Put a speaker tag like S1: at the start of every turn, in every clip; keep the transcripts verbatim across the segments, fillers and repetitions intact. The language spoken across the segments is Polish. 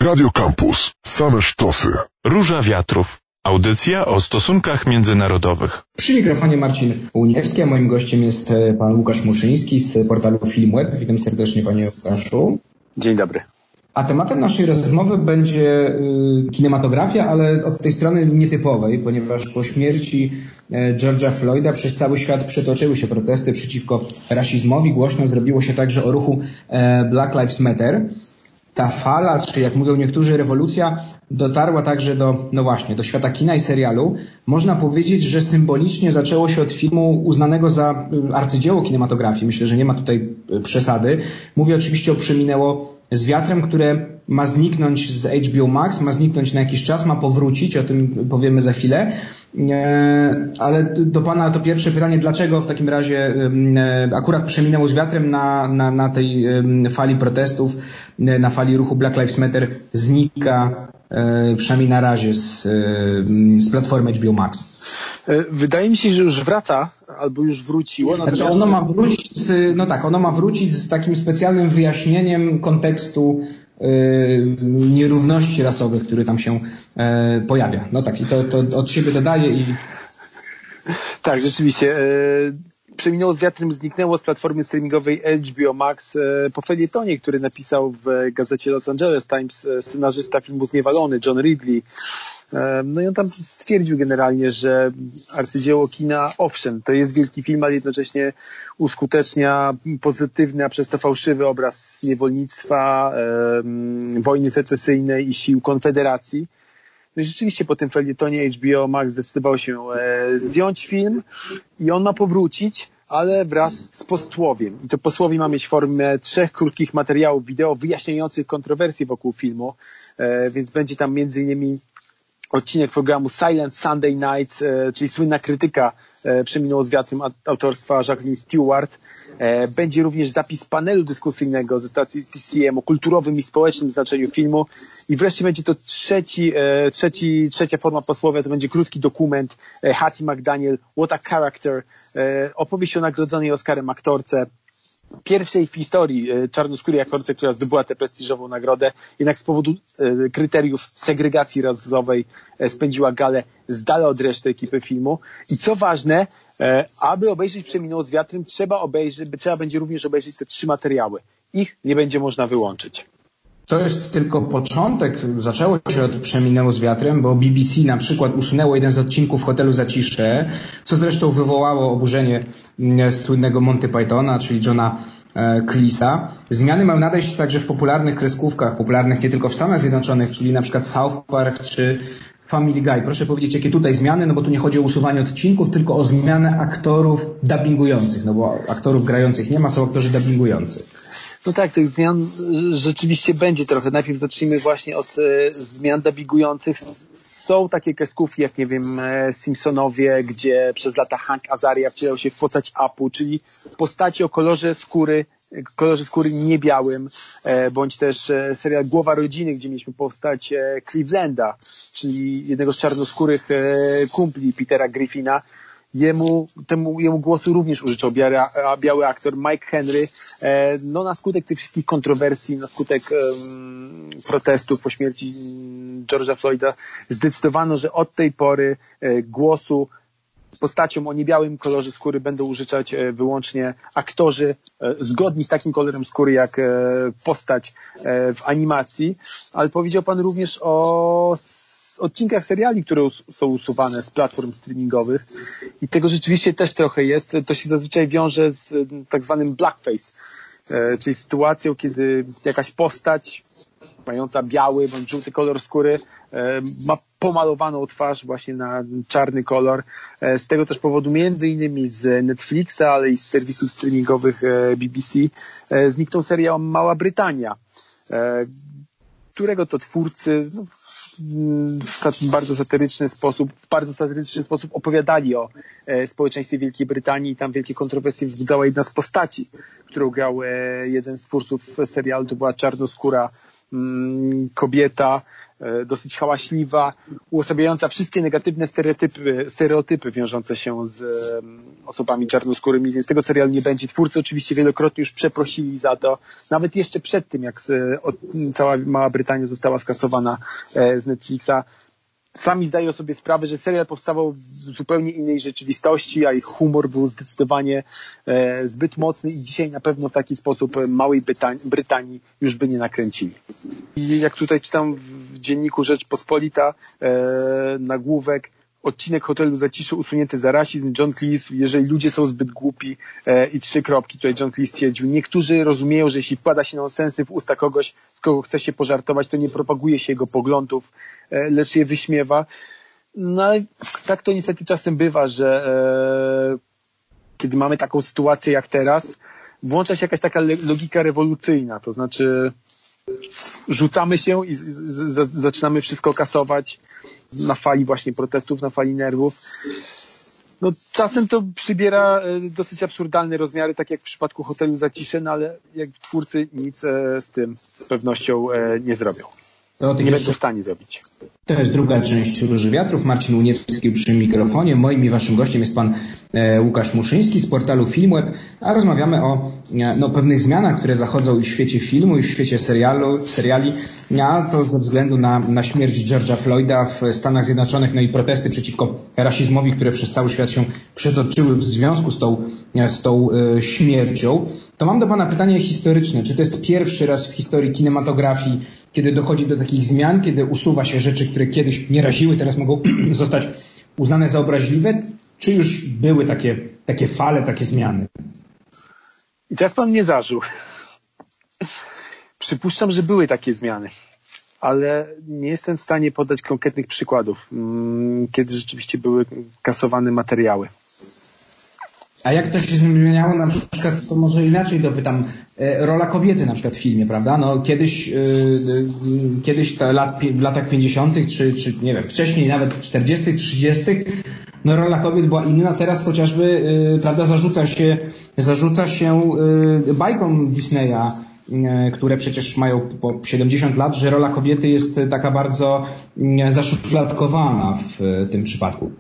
S1: Radio Campus. Same sztosy.
S2: Róża wiatrów. Audycja o stosunkach międzynarodowych.
S3: Przy mikrofonie Marcin Łuniewski, a moim gościem jest pan Łukasz Muszyński z portalu Filmweb. Witam serdecznie, panie Łukaszu.
S4: Dzień dobry.
S3: A tematem naszej rozmowy będzie y, kinematografia, ale od tej strony nietypowej, ponieważ po śmierci y, George'a Floyda przez cały świat przetoczyły się protesty przeciwko rasizmowi. Głośno zrobiło się także o ruchu y, Black Lives Matter. Ta fala, czy jak mówią niektórzy, rewolucja dotarła także do, no właśnie, do świata kina i serialu. Można powiedzieć, że symbolicznie zaczęło się od filmu uznanego za arcydzieło kinematografii. Myślę, że nie ma tutaj przesady. Mówię oczywiście o Przeminęło z wiatrem, które ma zniknąć z H B O Max, ma zniknąć na jakiś czas, ma powrócić, o tym powiemy za chwilę. Ale do pana to pierwsze pytanie, dlaczego w takim razie akurat Przeminęło z wiatrem na, na, na tej fali protestów, na fali ruchu Black Lives Matter znika, przynajmniej na razie, z, z platformy H B O Max?
S4: Wydaje mi się, że już wraca, albo już wróciło.
S3: Znaczy ono ma wrócić z, no tak, ono ma wrócić z takim specjalnym wyjaśnieniem kontekstu yy, nierówności rasowych, który tam się yy, pojawia. No tak, i to, to od siebie dodaję i...
S4: Tak, rzeczywiście. Yy... Przeminęło z wiatrem zniknęło z platformy streamingowej H B O Max po felietonie, który napisał w gazecie Los Angeles Times scenarzysta filmu Zniewalony, John Ridley. No i on tam stwierdził generalnie, że arcydzieło kina, owszem, to jest wielki film, ale jednocześnie uskutecznia pozytywny, a przez to fałszywy obraz niewolnictwa, wojny secesyjnej i sił Konfederacji. No i rzeczywiście po tym felietonie H B O Max zdecydował się e, zdjąć film i on ma powrócić, ale wraz z posłowiem. I to posłowie ma mieć formę trzech krótkich materiałów wideo wyjaśniających kontrowersje wokół filmu, e, więc będzie tam między innymi odcinek programu Silent Sunday Nights, e, czyli słynna krytyka e, Przeminęło z wiatrem autorstwa Jacqueline Stewart. E, będzie również zapis panelu dyskusyjnego ze stacji T C M o kulturowym i społecznym znaczeniu filmu. I wreszcie będzie to trzeci, e, trzeci, trzecia forma posłowia, to będzie krótki dokument e, Hattie McDaniel, What a Character, e, opowieść o nagrodzonej Oscarem aktorce, pierwszej w historii czarnoskórej aktorce, która zdobyła tę prestiżową nagrodę, jednak z powodu e, kryteriów segregacji rasowej e, spędziła galę z dala od reszty ekipy filmu. I co ważne, e, aby obejrzeć Przeminęło z wiatrem, trzeba obejrzeć, trzeba będzie również obejrzeć te trzy materiały. Ich nie będzie można wyłączyć.
S3: To jest tylko początek. Zaczęło się od Przeminęło z wiatrem, bo B B C na przykład usunęło jeden z odcinków Hotelu Zacisze, co zresztą wywołało oburzenie słynnego Monty Pythona, czyli Johna Cleesa. Zmiany mają nadejść także w popularnych kreskówkach, popularnych nie tylko w Stanach Zjednoczonych, czyli na przykład South Park czy Family Guy. Proszę powiedzieć, jakie tutaj zmiany, no bo tu nie chodzi o usuwanie odcinków, tylko o zmianę aktorów dubbingujących, no bo aktorów grających nie ma, są aktorzy dubbingujący.
S4: No tak, tych zmian rzeczywiście będzie trochę. Najpierw zacznijmy właśnie od e, zmian dubbingujących. Są takie kreskówki, jak nie wiem, e, Simpsonowie, gdzie przez lata Hank Azaria wcielał się w postać Apu, czyli postaci o kolorze skóry, kolorze skóry niebiałym, e, bądź też e, serial Głowa rodziny, gdzie mieliśmy postać e, Clevelanda, czyli jednego z czarnoskórych e, kumpli Petera Griffina. Jemu, temu, jemu głosu również użyczał biały, biały aktor Mike Henry. E, no na skutek tych wszystkich kontrowersji, na skutek um, protestów po śmierci George'a Floyda zdecydowano, że od tej pory e, głosu postaciom o niebiałym kolorze skóry będą użyczać e, wyłącznie aktorzy e, zgodni z takim kolorem skóry jak e, postać e, w animacji. Ale powiedział pan również o odcinkach seriali, które us- są usuwane z platform streamingowych i tego rzeczywiście też trochę jest. To się zazwyczaj wiąże z tak zwanym blackface, e, czyli sytuacją, kiedy jakaś postać mająca biały bądź żółty kolor skóry e, ma pomalowaną twarz właśnie na czarny kolor. E, z tego też powodu między innymi z Netflixa, ale i z serwisów streamingowych e, B B C e, zniknął serial Mała Brytania, e, którego to twórcy no, w bardzo satyryczny sposób, w bardzo satyryczny sposób opowiadali o e, społeczeństwie Wielkiej Brytanii i tam wielkie kontrowersje wzbudzała jedna z postaci, którą grał e, jeden z twórców serialu, to była czarnoskóra mm, kobieta, dosyć hałaśliwa, uosabiająca wszystkie negatywne stereotypy, stereotypy wiążące się z osobami czarnoskórymi, więc tego serialu nie będzie. Twórcy oczywiście wielokrotnie już przeprosili za to, nawet jeszcze przed tym, jak z, od, cała Mała Brytania została skasowana z Netflixa. Sami zdają sobie sprawę, że serial powstawał w zupełnie innej rzeczywistości, a ich humor był zdecydowanie e, zbyt mocny i dzisiaj na pewno w taki sposób Małej Brytanii, Brytanii już by nie nakręcili. I jak tutaj czytam w dzienniku Rzeczpospolita e, nagłówek: odcinek Hotelu Zaciszy usunięty za rasizm. John Cleese, jeżeli ludzie są zbyt głupi e, i trzy kropki, tutaj John Cleese stwierdził: niektórzy rozumieją, że jeśli wkłada się nonsensy w usta kogoś, z kogo chce się pożartować, to nie propaguje się jego poglądów, e, lecz je wyśmiewa. No ale tak to niestety czasem bywa, że e, kiedy mamy taką sytuację jak teraz, włącza się jakaś taka logika rewolucyjna, to znaczy rzucamy się i z, z, z, zaczynamy wszystko kasować na fali właśnie protestów, na fali nerwów. No czasem to przybiera dosyć absurdalne rozmiary, tak jak w przypadku Hotelu Zaciszy, no ale jak twórcy nic z tym z pewnością nie zrobią. To nie będą w stanie zrobić.
S3: To jest druga część Róży Wiatrów. Marcin Uniewski przy mikrofonie. Moim i waszym gościem jest pan e, Łukasz Muszyński z portalu Filmweb, a rozmawiamy o e, no, pewnych zmianach, które zachodzą w świecie filmu i w świecie serialu, seriali, a to ze względu na, na śmierć George'a Floyda w Stanach Zjednoczonych, no i protesty przeciwko rasizmowi, które przez cały świat się przetoczyły w związku z tą, z tą e, śmiercią. To mam do pana pytanie historyczne. Czy to jest pierwszy raz w historii kinematografii, kiedy dochodzi do takich zmian, kiedy usuwa się rzeczy, które kiedyś nie raziły, teraz mogą zostać uznane za obraźliwe? Czy już były takie, takie fale, takie zmiany?
S4: I teraz pan mnie zażył. Przypuszczam, że były takie zmiany, ale nie jestem w stanie podać konkretnych przykładów, kiedy rzeczywiście były kasowane materiały.
S3: A jak to się zmieniało, na przykład, to może inaczej dopytam, rola kobiety na przykład w filmie, prawda? No kiedyś, yy, yy, kiedyś to lat, w latach pięćdziesiątych, czy, czy nie wiem, wcześniej nawet w czterdziestych, trzydziestych, no rola kobiet była inna. Teraz chociażby, yy, prawda, zarzuca się, zarzuca się yy, bajkom Disneya, yy, które przecież mają po siedemdziesiąt lat, że rola kobiety jest taka bardzo yy, zaszufladkowana w yy, tym przypadku.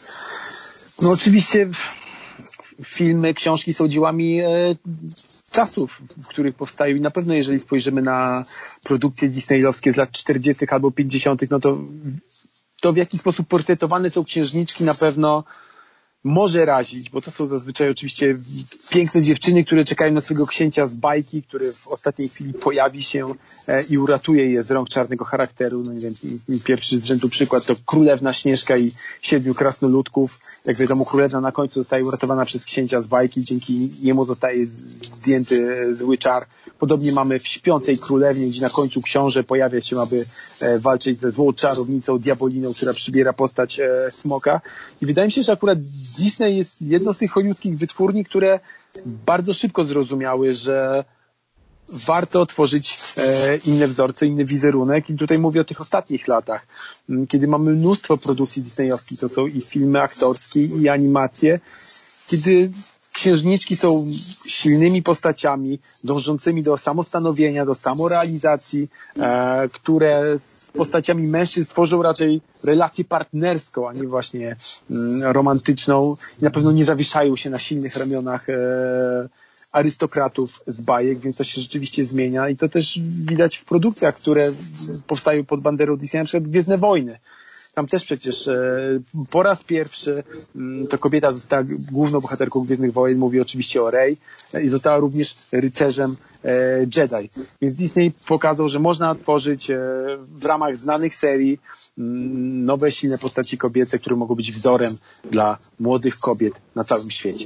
S4: No oczywiście filmy, książki są dziełami e, czasów, w których powstają i na pewno jeżeli spojrzymy na produkcje disneylowskie z lat czterdziestych albo pięćdziesiątych, no to to w jaki sposób portretowane są księżniczki na pewno może razić, bo to są zazwyczaj oczywiście piękne dziewczyny, które czekają na swojego księcia z bajki, który w ostatniej chwili pojawi się e, i uratuje je z rąk czarnego charakteru. No nie wiem, pierwszy z rzędu przykład to Królewna Śnieżka i Siedmiu Krasnoludków. Jak wiadomo, królewna na końcu zostaje uratowana przez księcia z bajki, dzięki niemu zostaje zdjęty zły czar. Podobnie mamy w Śpiącej Królewnie, gdzie na końcu książę pojawia się, aby e, walczyć ze złą czarownicą, diaboliną, która przybiera postać e, smoka. I wydaje mi się, że akurat Disney jest jedną z tych hollywoodzkich wytwórni, które bardzo szybko zrozumiały, że warto tworzyć e, inne wzorce, inny wizerunek i tutaj mówię o tych ostatnich latach, kiedy mamy mnóstwo produkcji disneyowskich, to są i filmy aktorskie, i animacje, kiedy księżniczki są silnymi postaciami, dążącymi do samostanowienia, do samorealizacji, e, które z postaciami mężczyzn tworzą raczej relację partnerską, a nie właśnie mm, romantyczną i na pewno nie zawieszają się na silnych ramionach e, arystokratów z bajek, więc to się rzeczywiście zmienia i to też widać w produkcjach, które powstają pod banderą Disneya, na przykład Gwiezdne Wojny. Tam też przecież e, po raz pierwszy m, to kobieta została główną bohaterką Gwiezdnych Wojen, mówi oczywiście o Rey e, i została również rycerzem e, Jedi. Więc Disney pokazał, że można tworzyć e, w ramach znanych serii m, nowe, silne postaci kobiece, które mogą być wzorem dla młodych kobiet na całym świecie.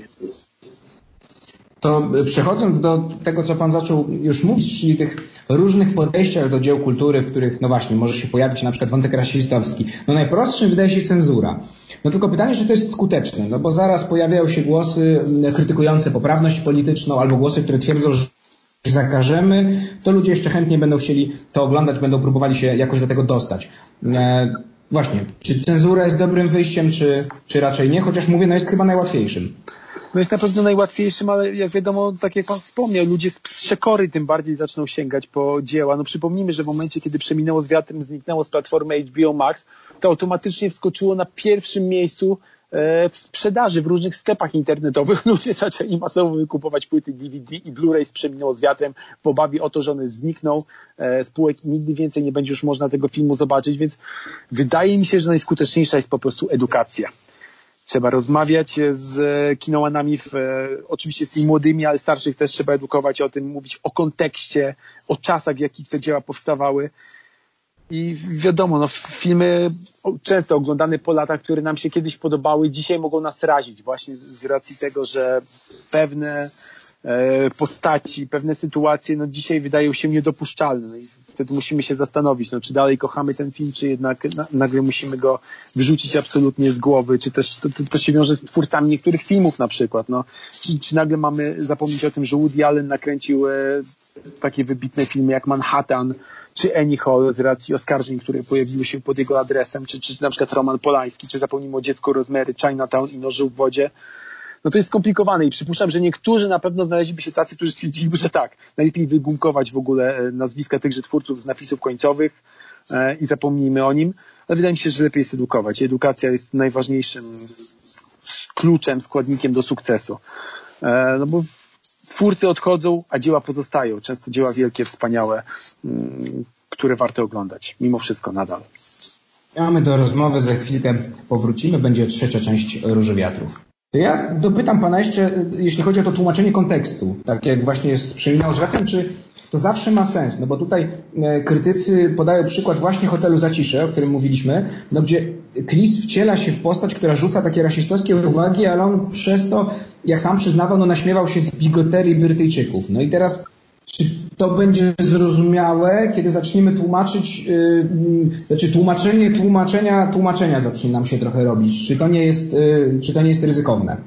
S3: To przechodząc do tego, co pan zaczął już mówić, czyli tych różnych podejściach do dzieł kultury, w których, no właśnie, może się pojawić na przykład wątek rasistowski. No najprostszym wydaje się cenzura. No tylko pytanie, czy to jest skuteczne, no bo zaraz pojawiają się głosy krytykujące poprawność polityczną albo głosy, które twierdzą, że zakażemy, to ludzie jeszcze chętnie będą chcieli to oglądać, będą próbowali się jakoś do tego dostać. E, właśnie, czy cenzura jest dobrym wyjściem, czy, czy raczej nie? Chociaż mówię, no jest chyba najłatwiejszym.
S4: No jest na pewno najłatwiejszym, ale jak wiadomo, tak jak pan wspomniał, ludzie z przekory tym bardziej zaczną sięgać po dzieła. No przypomnijmy, że w momencie, kiedy Przeminęło z wiatrem zniknęło z platformy H B O Max, to automatycznie wskoczyło na pierwszym miejscu w sprzedaży w różnych sklepach internetowych. Ludzie zaczęli masowo wykupować płyty D V D i Blu-ray z Przeminęło z wiatrem w obawie o to, że one znikną z półek i nigdy więcej nie będzie już można tego filmu zobaczyć, więc wydaje mi się, że najskuteczniejsza jest po prostu edukacja. Trzeba rozmawiać z kinomanami, w, oczywiście z tymi młodymi, ale starszych też trzeba edukować o tym, mówić o kontekście, o czasach, w jakich te dzieła powstawały. I wiadomo, no, filmy często oglądane po latach, które nam się kiedyś podobały, dzisiaj mogą nas razić właśnie z racji tego, że pewne e, postaci, pewne sytuacje no, dzisiaj wydają się niedopuszczalne. No i wtedy musimy się zastanowić, no, czy dalej kochamy ten film, czy jednak na, nagle musimy go wyrzucić absolutnie z głowy, czy też to, to, to się wiąże z twórcami niektórych filmów na przykład. No. Czy, czy nagle mamy zapomnieć o tym, że Woody Allen nakręcił e, takie wybitne filmy jak Manhattan, czy Annie Hall z racji oskarżeń, które pojawiły się pod jego adresem, czy, czy na przykład Roman Polański, czy zapomnijmy o Dziecku Rozmery, Chinatown i Nożu w wodzie. No to jest skomplikowane i przypuszczam, że niektórzy na pewno znaleźliby się tacy, którzy stwierdziliby, że tak, najlepiej wygumkować w ogóle nazwiska tychże twórców z napisów końcowych e, i zapomnijmy o nim, ale wydaje mi się, że lepiej jest edukować. Edukacja jest najważniejszym kluczem, składnikiem do sukcesu. E, no bo twórcy odchodzą, a dzieła pozostają. Często dzieła wielkie, wspaniałe, które warto oglądać. Mimo wszystko nadal.
S3: Mamy do rozmowy, za chwilkę powrócimy. Będzie trzecia część Róży Wiatrów. To ja dopytam pana jeszcze, jeśli chodzi o to tłumaczenie kontekstu, tak jak właśnie z Przeminęło z wiatrem, czy to zawsze ma sens? No bo tutaj krytycy podają przykład właśnie Hotelu Zacisze, o którym mówiliśmy, no gdzie Chris wciela się w postać, która rzuca takie rasistowskie uwagi, ale on przez to, jak sam przyznawał, no naśmiewał się z bigoterii Brytyjczyków. No i teraz, czy to będzie zrozumiałe, kiedy zaczniemy tłumaczyć, yy, znaczy tłumaczenie tłumaczenia, tłumaczenia zacznie nam się trochę robić. Czy to nie jest, yy, czy to nie jest ryzykowne?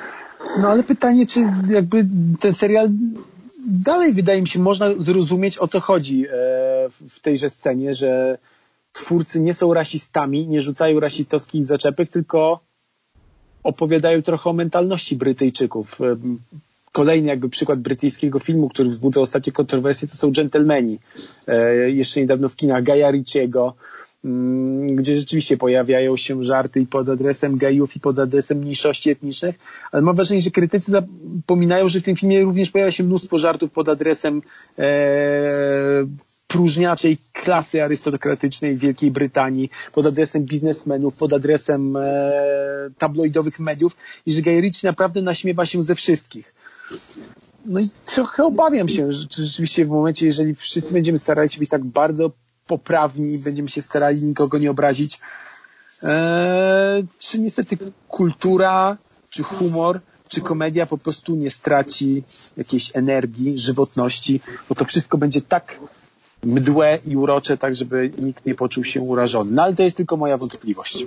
S4: No ale pytanie, czy jakby ten serial dalej, wydaje mi się, można zrozumieć, o co chodzi e, w tejże scenie, że twórcy nie są rasistami, nie rzucają rasistowskich zaczepek, tylko opowiadają trochę o mentalności Brytyjczyków. Kolejny jakby przykład brytyjskiego filmu, który wzbudza ostatnie kontrowersje, to są Gentlemani. E, jeszcze niedawno w kinach Guya Ritchiego, m, gdzie rzeczywiście pojawiają się żarty i pod adresem gejów, i pod adresem mniejszości etnicznych, ale mam wrażenie, że krytycy zapominają, że w tym filmie również pojawia się mnóstwo żartów pod adresem e, próżniaczej klasy arystokratycznej w Wielkiej Brytanii, pod adresem biznesmenów, pod adresem e, tabloidowych mediów i że Guy Ritchie naprawdę naśmiewa się ze wszystkich. No i trochę obawiam się, że rzeczywiście w momencie, jeżeli wszyscy będziemy starali się być tak bardzo poprawni, będziemy się starali nikogo nie obrazić, e, czy niestety kultura, czy humor, czy komedia po prostu nie straci jakiejś energii, żywotności, bo to wszystko będzie tak mdłe i urocze, tak żeby nikt nie poczuł się urażony. No ale to jest tylko moja wątpliwość.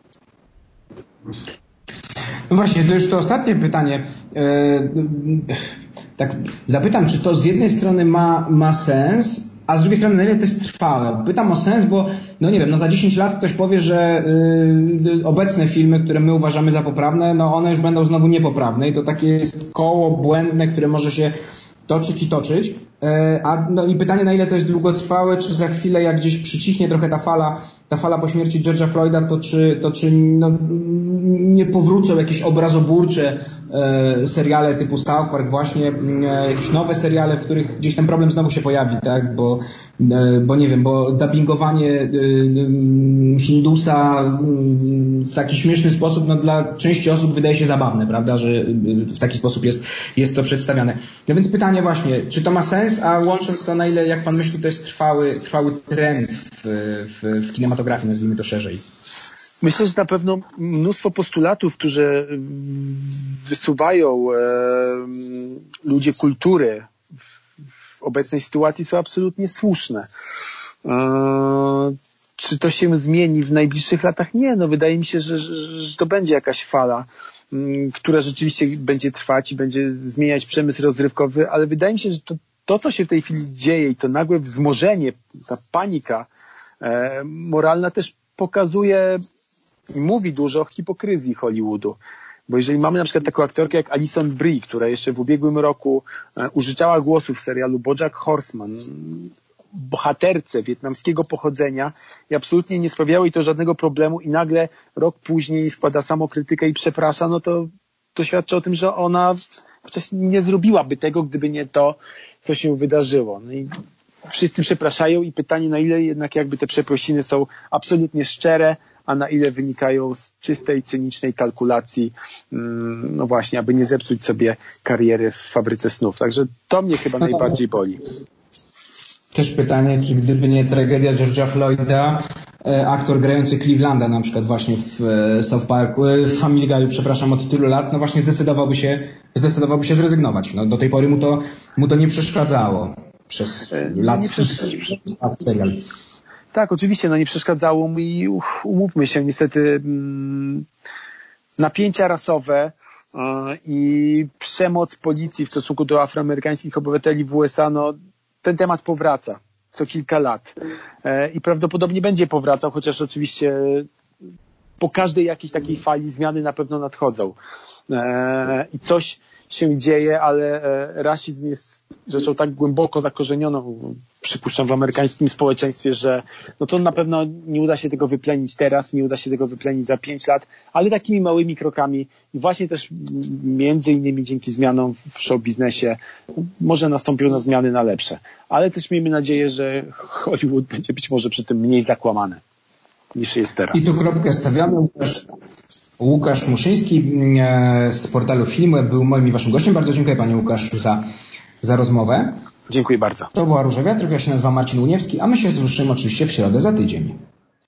S3: No właśnie, to już to ostatnie pytanie. E, tak zapytam, czy to z jednej strony ma, ma sens, a z drugiej strony na ile to jest trwałe? Pytam o sens, bo no nie wiem, no za dziesięć lat ktoś powie, że y, obecne filmy, które my uważamy za poprawne, no one już będą znowu niepoprawne i to takie jest koło błędne, które może się toczyć i toczyć. A no i pytanie, na ile to jest długotrwałe, czy za chwilę jak gdzieś przycichnie trochę ta fala, ta fala po śmierci George'a Floyda, to czy, to czy no, nie powrócą jakieś obrazoburcze e, seriale typu South Park właśnie, e, jakieś nowe seriale, w których gdzieś ten problem znowu się pojawi, tak, bo, e, bo nie wiem, bo dubbingowanie e, e, Hindusa w taki śmieszny sposób, no dla części osób wydaje się zabawne, prawda, że w taki sposób jest, jest to przedstawiane. No więc pytanie właśnie, czy to ma sens, a łącząc to, na ile, jak pan myśli, to jest trwały, trwały trend w, w, w kinematografii, nazwijmy to szerzej?
S4: Myślę, że na pewno mnóstwo postulatów, które wysuwają e, ludzie kultury w, w obecnej sytuacji, są absolutnie słuszne. E, czy to się zmieni w najbliższych latach? Nie, no wydaje mi się, że, że, że to będzie jakaś fala, m, która rzeczywiście będzie trwać i będzie zmieniać przemysł rozrywkowy, ale wydaje mi się, że to To, co się w tej chwili dzieje i to nagłe wzmożenie, ta panika e, moralna też pokazuje i mówi dużo o hipokryzji Hollywoodu. Bo jeżeli mamy na przykład taką aktorkę jak Alison Brie, która jeszcze w ubiegłym roku e, użyczała głosu w serialu BoJack Horseman, bohaterce wietnamskiego pochodzenia i absolutnie nie sprawiało jej to żadnego problemu i nagle rok później składa samokrytykę i przeprasza, no to to świadczy o tym, że ona wcześniej nie zrobiłaby tego, gdyby nie to, co się wydarzyło. No i wszyscy przepraszają i pytanie, na ile jednak jakby te przeprosiny są absolutnie szczere, a na ile wynikają z czystej, cynicznej kalkulacji, no właśnie, aby nie zepsuć sobie kariery w fabryce snów. Także to mnie chyba najbardziej boli.
S3: Też pytanie, czy gdyby nie tragedia George'a Floyda, aktor grający Clevelanda na przykład właśnie w South Park, w Family Guy'u, przepraszam, od tylu lat, no właśnie zdecydowałby się, zdecydowałby się zrezygnować. No, do tej pory mu to, mu to nie przeszkadzało przez lat. Nie przeszkadzało. Serial.
S4: Tak, oczywiście, no nie przeszkadzało mu i uh, umówmy się, niestety mm, napięcia rasowe yy, i przemoc policji w stosunku do afroamerykańskich obywateli w U S A, no ten temat powraca co kilka lat yy, i prawdopodobnie będzie powracał, chociaż oczywiście po każdej jakiejś takiej fali zmiany na pewno nadchodzą yy, i coś się dzieje, ale e, rasizm jest rzeczą tak głęboko zakorzenioną, przypuszczam, w amerykańskim społeczeństwie, że no to na pewno nie uda się tego wyplenić teraz, nie uda się tego wyplenić za pięć lat, ale takimi małymi krokami i właśnie też między innymi dzięki zmianom w show biznesie może nastąpią na zmiany na lepsze. Ale też miejmy nadzieję, że Hollywood będzie być może przy tym mniej zakłamany niż jest teraz.
S3: I tu kropkę stawiamy. Łukasz, Łukasz Muszyński z portalu Filmweb był moim i waszym gościem. Bardzo dziękuję panie Łukaszu za, za rozmowę.
S4: Dziękuję bardzo.
S3: To była Róża Wiatrów, ja się nazywam Marcin Uniewski, a my się słyszymy oczywiście w środę za tydzień.